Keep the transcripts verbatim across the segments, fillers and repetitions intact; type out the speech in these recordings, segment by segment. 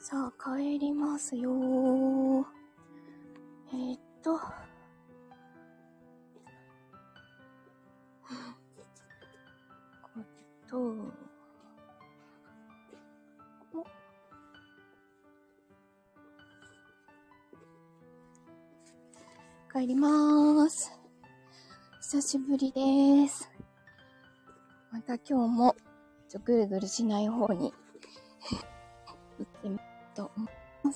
さあ、帰りますよー。えー、っと。こと、お帰りまーす。久しぶりでーす。また今日も、ちょ、ぐるぐるしない方に、行ってみようと思います。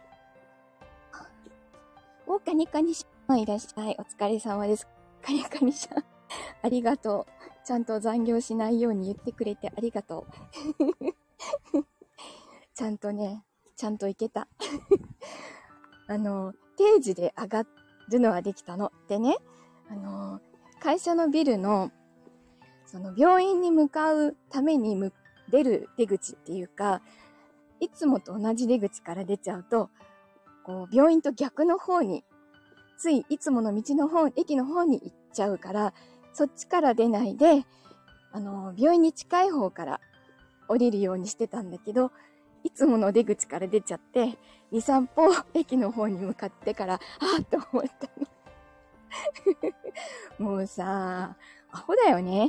お、カニカニしゃんいらっしゃい。お疲れ様です。カニカニしゃん。ありがとう。ちゃんと残業しないように言ってくれてありがとう。ちゃんとね、ちゃんといけた。あの、定時で上がるのはできたの。でね、あの、会社のビルの、その病院に向かうためにむ出る出口っていうか、いつもと同じ出口から出ちゃうと、こう、病院と逆の方に、ついいつもの道の方、駅の方に行っちゃうから、そっちから出ないで、あの、病院に近い方から降りるようにしてたんだけど、いつもの出口から出ちゃって、に、さん歩駅の方に向かってから、あーっと思ったの。もうさ、アホだよね。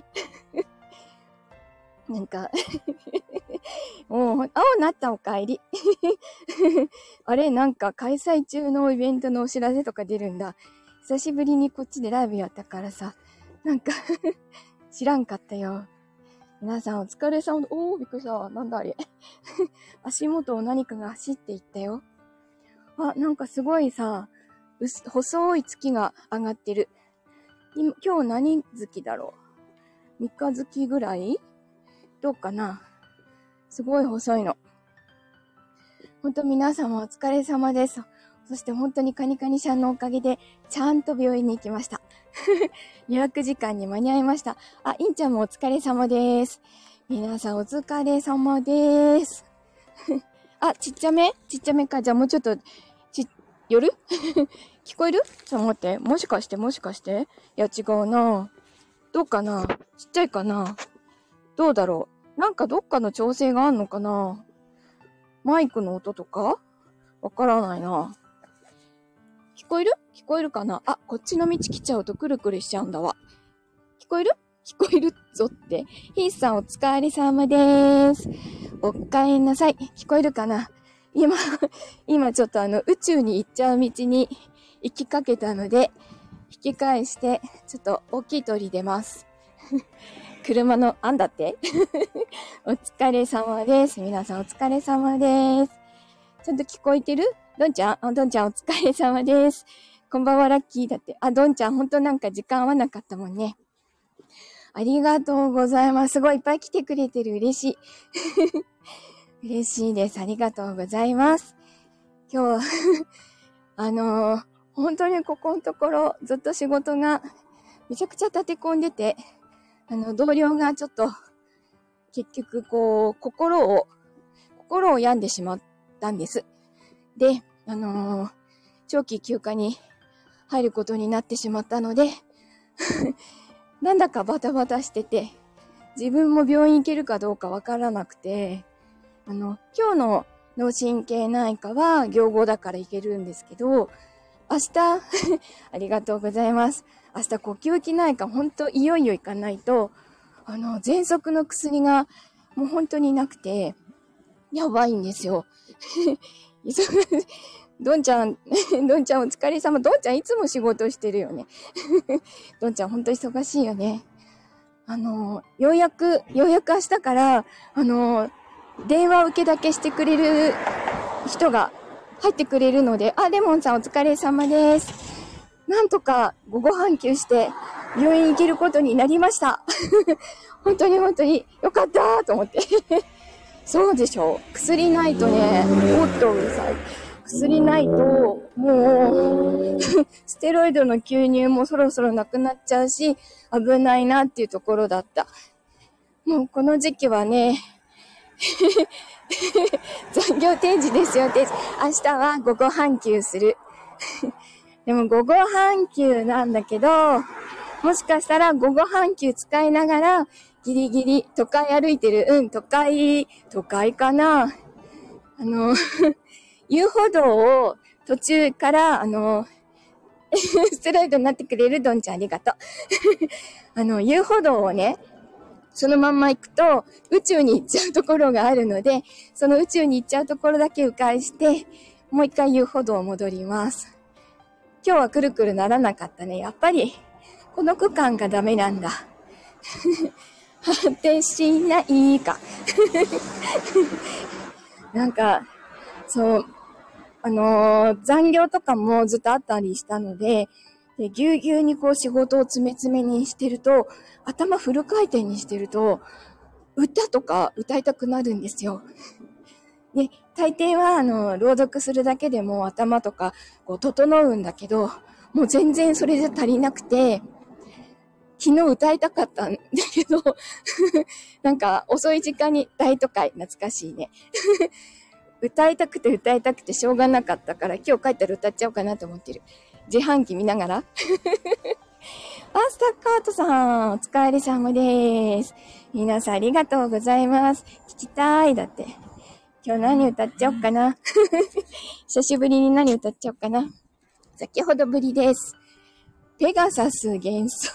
なんか、もう、青なったお帰り。あれ、なんか開催中のイベントのお知らせとか出るんだ。久しぶりにこっちでライブやったからさ、なんか知らんかったよ。皆さんお疲れ様。おー、びっくりした。なんだあれ。足元を何かが走っていったよ。あ、なんかすごいさ、薄細い月が上がってる。今今日何月だろう。みっか月ぐらいどうかな。すごい細いの。ほんと皆様お疲れ様です。そして本当にカニカニちゃんのおかげで、ちゃんと病院に行きました。予約時間に間に合いました。あ、インちゃんもお疲れ様です。皆さんお疲れ様です。あ、ちっちゃめちっちゃめか。じゃあもうちょっと、ち、夜聞こえる？ちょっと待って。もしかしてもしかしていや違うな。どうかな？ちっちゃいかな？どうだろう？なんかどっかの調整があんのかな？マイクの音とかわからないな。聞こえる？聞こえるかな？あ、こっちの道来ちゃうとくるくるしちゃうんだわ。聞こえる？聞こえるぞって。ヒースさんお疲れ様でーす。おかえりなさい。聞こえるかな？今、今ちょっとあの宇宙に行っちゃう道に行きかけたので、引き返して、ちょっと大きい通り出ます。車の、あんだってお疲れ様です。皆さんお疲れ様です。ちゃんと聞こえてる？どんちゃんあ、どんちゃんお疲れ様です。こんばんはラッキーだって。あ、どんちゃんほんとなんか時間合わなかったもんね。ありがとうございます。すごいいっぱい来てくれてる。嬉しい。嬉しいです。ありがとうございます。今日、あのー、本当にここのところずっと仕事がめちゃくちゃ立て込んでて、あの、同僚がちょっと結局こう、心を、心を病んでしまったんです。で、あのー、長期休暇に入ることになってしまったので、なんだかバタバタしてて、自分も病院行けるかどうかわからなくて、あの、今日の脳神経内科は業後だから行けるんですけど、明日、ありがとうございます。明日呼吸器内科ほんといよいよ行かないと、あの、喘息の薬がもう本当になくて、やばいんですよ。どんちゃん、どんちゃんお疲れ様。どんちゃんいつも仕事してるよね。どんちゃんほんと忙しいよね。あの、ようやく、ようやく明日から、あの、電話受けだけしてくれる人が入ってくれるので、あ、レモンさんお疲れ様です。なんとか午後半休して病院行けることになりました。本当に本当によかったーと思って。そうでしょ。薬ないとね、もっとうるさい。薬ないと、もう、ステロイドの吸入もそろそろなくなっちゃうし、危ないなっていうところだった。もうこの時期はね、残業定時ですよ、定時。明日は午後半休する。でも午後半休なんだけど、もしかしたら午後半休使いながら、ギリギリ都会歩いてる。うん、都会、都会かな。 あの、遊歩道を途中から、あの、ストライドになってくれるどんちゃんありがとう。あの、遊歩道をね、そのまんま行くと宇宙に行っちゃうところがあるので、その宇宙に行っちゃうところだけ迂回して、もう一回遊歩道を戻ります。今日はくるくるならなかったね。やっぱり、この区間がダメなんだ。果てしないか。なんか、そう、あのー、残業とかもずっとあったりしたので、で、ぎゅうぎゅうにこう仕事を詰め詰めにしてると、頭フル回転にしてると、歌とか歌いたくなるんですよ。で、大抵は、あの、朗読するだけでも頭とか、こう、整うんだけど、もう全然それじゃ足りなくて、昨日歌いたかったんだけど、なんか、遅い時間に大都会、懐かしいね。歌いたくて歌いたくてしょうがなかったから、今日帰ったら歌っちゃおうかなと思ってる。自販機見ながら。あ、スタッカートさん、お疲れ様です。皆さんありがとうございます。聞きたい。だって。今日何歌っちゃおうかな。久しぶりに何歌っちゃおうかな。先ほどぶりです。ペガサス幻想。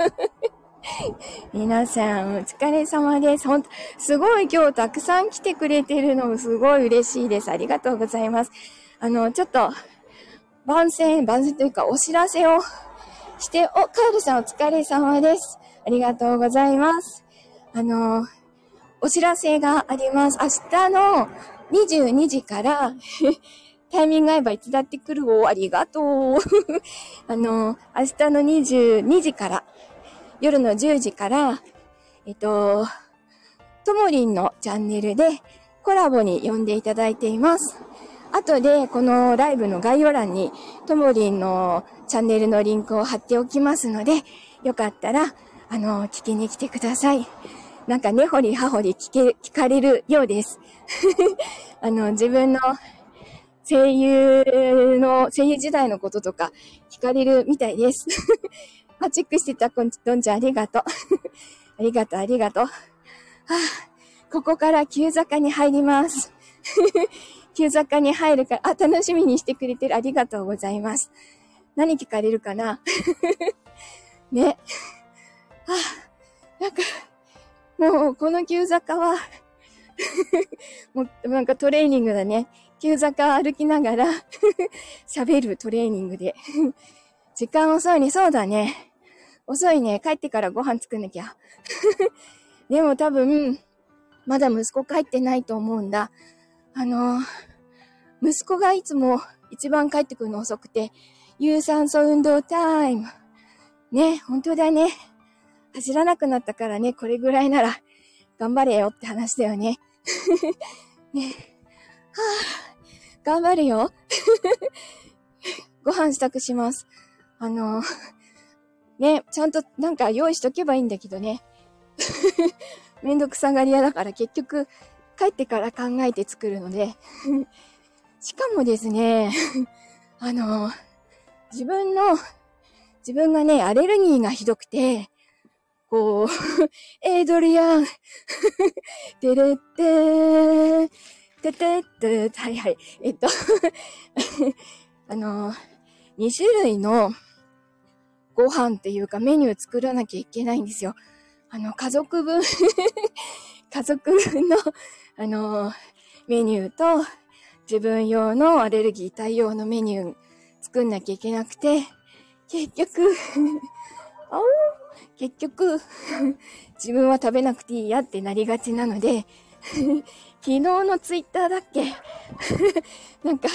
皆さんお疲れ様です。ほんと、すごい今日たくさん来てくれてるのすごい嬉しいです。ありがとうございます。あの、ちょっと、番宣、番宣というかお知らせをして、お、カールさんお疲れ様です。ありがとうございます。あの、お知らせがあります。明日のにじゅうにじからタイミング合えばいつだって来るをありがとう。あの、明日のにじゅうにじから、夜のじゅうじから、えっと、ともりんのチャンネルでコラボに呼んでいただいています。後でこのライブの概要欄にともりんのチャンネルのリンクを貼っておきますので、よかったら、あの、聞きに来てください。なんか根掘り葉掘り聞け、聞かれるようです。あの、自分の声優の、声優時代のこととか聞かれるみたいです。あ、チェックしてた、こんどんちゃんありがとう。ありがとう、ありがとう。はあ、ここから急坂に入ります。急坂に入るから、あ、楽しみにしてくれてる。ありがとうございます。何聞かれるかなね。はあ、なんか、もう、この急坂は、もう、なんかトレーニングだね。急坂歩きながら、喋るトレーニングで。時間遅いね。そうだね。遅いね。帰ってからご飯作んなきゃ。でも多分、まだ息子帰ってないと思うんだ。あの、息子がいつも一番帰ってくるの遅くて、有酸素運動タイム。ね、本当だね。走らなくなったからね、これぐらいなら頑張れよって話だよね。ね。はぁ、頑張るよ。ご飯支度します。あの、ね、ちゃんとなんか用意しとけばいいんだけどね。めんどくさがり屋だから結局帰ってから考えて作るので。しかもですね、あの、自分の、自分がね、アレルギーがひどくて、こう、エイドリアン、てれってー、ててってはいはい、えっと、あの、に種類のご飯っていうかメニュー作らなきゃいけないんですよ。あの、家族分、家族分の、あの、メニューと、自分用のアレルギー対応のメニュー作んなきゃいけなくて、結局、あ結局、自分は食べなくていいやってなりがちなので、昨日のツイッターだっけなんか、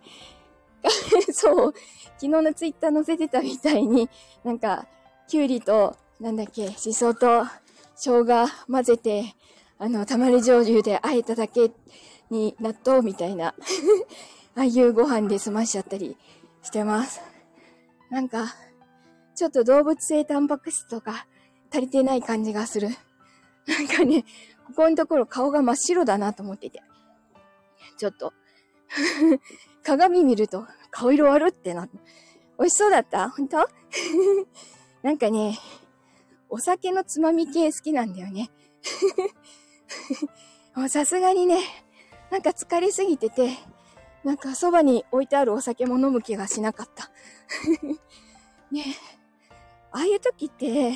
そう、昨日のツイッター載せてたみたいに、なんか、きゅうりと、なんだっけ、しそと生姜混ぜて、あの、たまり醤油で和えただけに納豆みたいな、ああいうご飯で済ましちゃったりしてます。なんか、ちょっと動物性タンパク質とか足りてない感じがする。なんかね、ここのところ顔が真っ白だなと思ってて。ちょっと、鏡見ると顔色悪ってな。美味しそうだった？本当？なんかね、お酒のつまみ系好きなんだよね。さすがにね、 なんか疲れすぎてて、なんかそばに置いてあるお酒も飲む気がしなかった。ねえ。ああいう時って、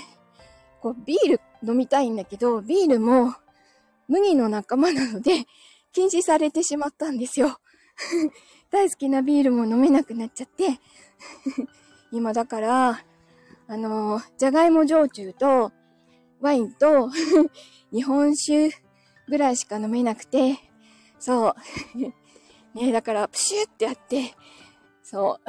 こうビール飲みたいんだけど、ビールも麦の仲間なので禁止されてしまったんですよ。大好きなビールも飲めなくなっちゃって、今だから、あの、じゃがいも焼酎とワインと日本酒ぐらいしか飲めなくて、そう。ね、だからプシュってやって、そう。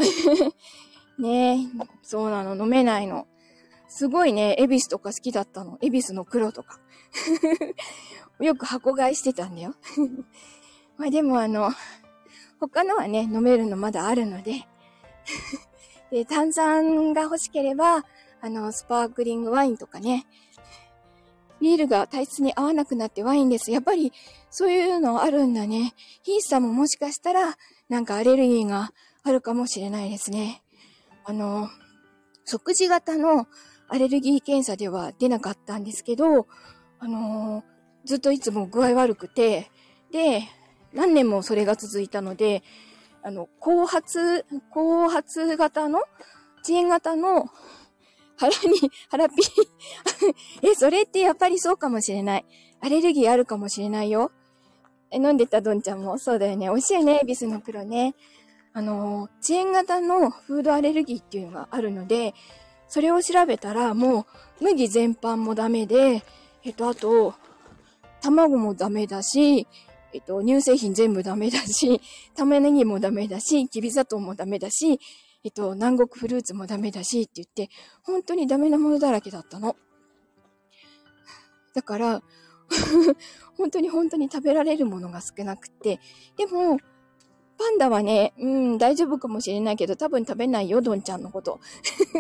ね、そうなの、飲めないの。すごいね、エビスとか好きだったの。エビスの黒とか。よく箱買いしてたんだよ。まあでもあの、他のはね、飲めるのまだあるので。で、炭酸が欲しければ、あの、スパークリングワインとかね。ビールが体質に合わなくなってワインです。やっぱり、そういうのあるんだね。ヒースさんももしかしたら、なんかアレルギーがあるかもしれないですね。あの、即時型のアレルギー検査では出なかったんですけど、あの、ずっといつも具合悪くて、で、何年もそれが続いたので、あの、後発、後発型の、遅延型の腹に、腹ピー。え、それってやっぱりそうかもしれない。アレルギーあるかもしれないよ。え、飲んでたドンちゃんもそうだよね。美味しいよね、エビスの黒ね。あの、遅延型のフードアレルギーっていうのがあるので、それを調べたらもう麦全般もダメで、えっと、あと、卵もダメだし、えっと、乳製品全部ダメだし、玉ねぎもダメだし、きび砂糖もダメだし、えっと、南国フルーツもダメだしって言って、本当にダメなものだらけだったの。だから、本当に本当に食べられるものが少なくて、でも、パンダはね、うん、大丈夫かもしれないけど、多分食べないよ、ドンちゃんのこと。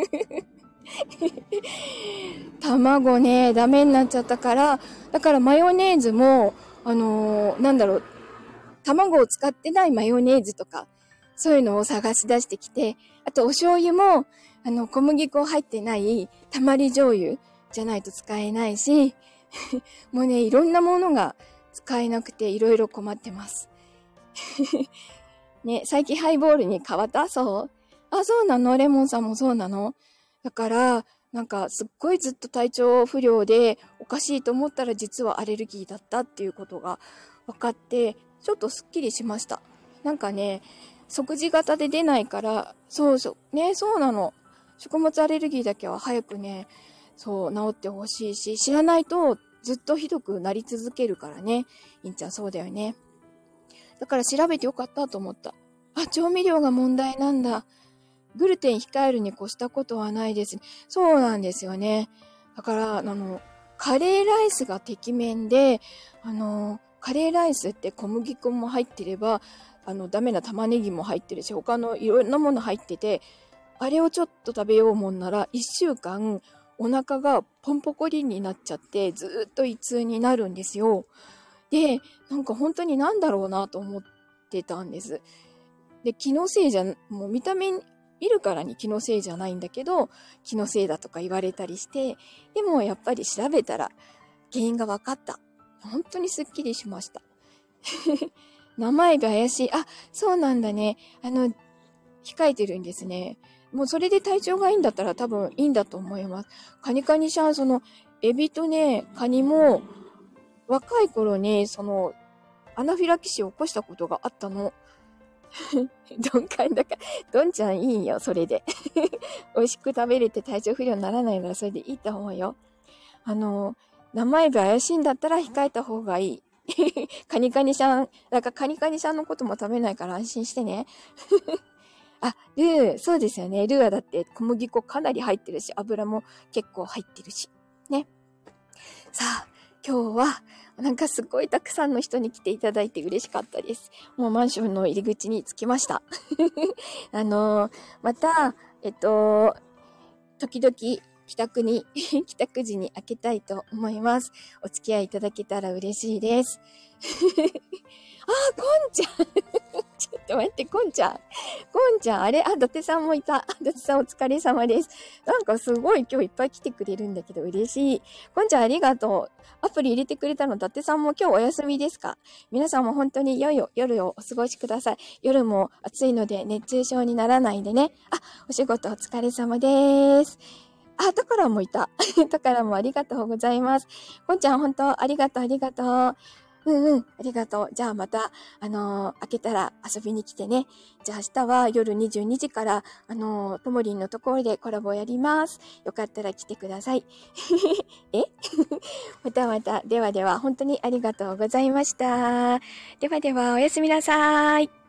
卵ね、ダメになっちゃったから、だからマヨネーズも、あのー、なんだろう、卵を使ってないマヨネーズとか、そういうのを探し出してきて、あとお醤油も、あの、小麦粉入ってないたまり醤油じゃないと使えないし、もうね、いろんなものが使えなくていろいろ困ってます。ね、最近ハイボールに変わった？そう？あ、そうなの？レモンさんもそうなの？だから、なんかすっごいずっと体調不良でおかしいと思ったら実はアレルギーだったっていうことが分かって、ちょっとすっきりしました。なんかね、即時型で出ないから、そうそう、ね、そうなの。食物アレルギーだけは早くね、そう、治ってほしいし、知らないとずっとひどくなり続けるからね。いんちゃんそうだよね。だから調べてよかったと思った。あ、調味料が問題なんだ。グルテン控えるに越したことはないです。そうなんですよね。だから、あの、カレーライスがてきめんで、あの、カレーライスって小麦粉も入ってれば、あの、ダメな玉ねぎも入ってるし、他のいろんなもの入ってて、あれをちょっと食べようもんなら、一週間お腹がポンポコリンになっちゃって、ずっと胃痛になるんですよ。で、なんか本当になんだろうなと思ってたんです。で、気のせいじゃ、もう見た目見るからに気のせいじゃないんだけど、気のせいだとか言われたりして、でもやっぱり調べたら原因が分かった。本当にスッキリしました。名前が怪しい。あ、そうなんだね。あの、控えてるんですね。もうそれで体調がいいんだったら多分いいんだと思います。カニカニちゃん、その、エビとね、カニも、若い頃に、その、アナフィラキシーを起こしたことがあったの。鈍感だから、どんちゃんいいよ、それで。美味しく食べれて体調不良にならないならそれでいいと思うよ。あの、名前が怪しいんだったら控えた方がいい。カニカニさん、だからカニカニさんのことも食べないから安心してね。あ、ルー、そうですよね。ルーはだって小麦粉かなり入ってるし、油も結構入ってるし。ね。さあ、今日は、なんかすごいたくさんの人に来ていただいて嬉しかったです。もうマンションの入り口に着きました。あのー、また、えっと、時々帰宅に、帰宅時に開けたいと思います。お付き合いいただけたら嬉しいです。あー、こんちゃんちょっとと待って、こんちゃん。こんちゃん、あれあ、伊達さんもいた。伊達さんお疲れ様です。なんかすごい今日いっぱい来てくれるんだけど嬉しい。こんちゃんありがとう。アプリ入れてくれたの、伊達さんも今日お休みですか？皆さんも本当に良い夜をお過ごしください。夜も暑いので熱中症にならないでね。あ、お仕事お疲れ様です。あ、タカラもいた。タカラもありがとうございます。こんちゃん本当ありがとうありがとう。うんうん、ありがとう。じゃあまた、あのー、開けたら遊びに来てね。じゃあ明日は夜にじゅうにじから、あのー、ともりんのところでコラボやります。よかったら来てください。えまたまた。ではでは、本当にありがとうございました。ではでは、おやすみなさい。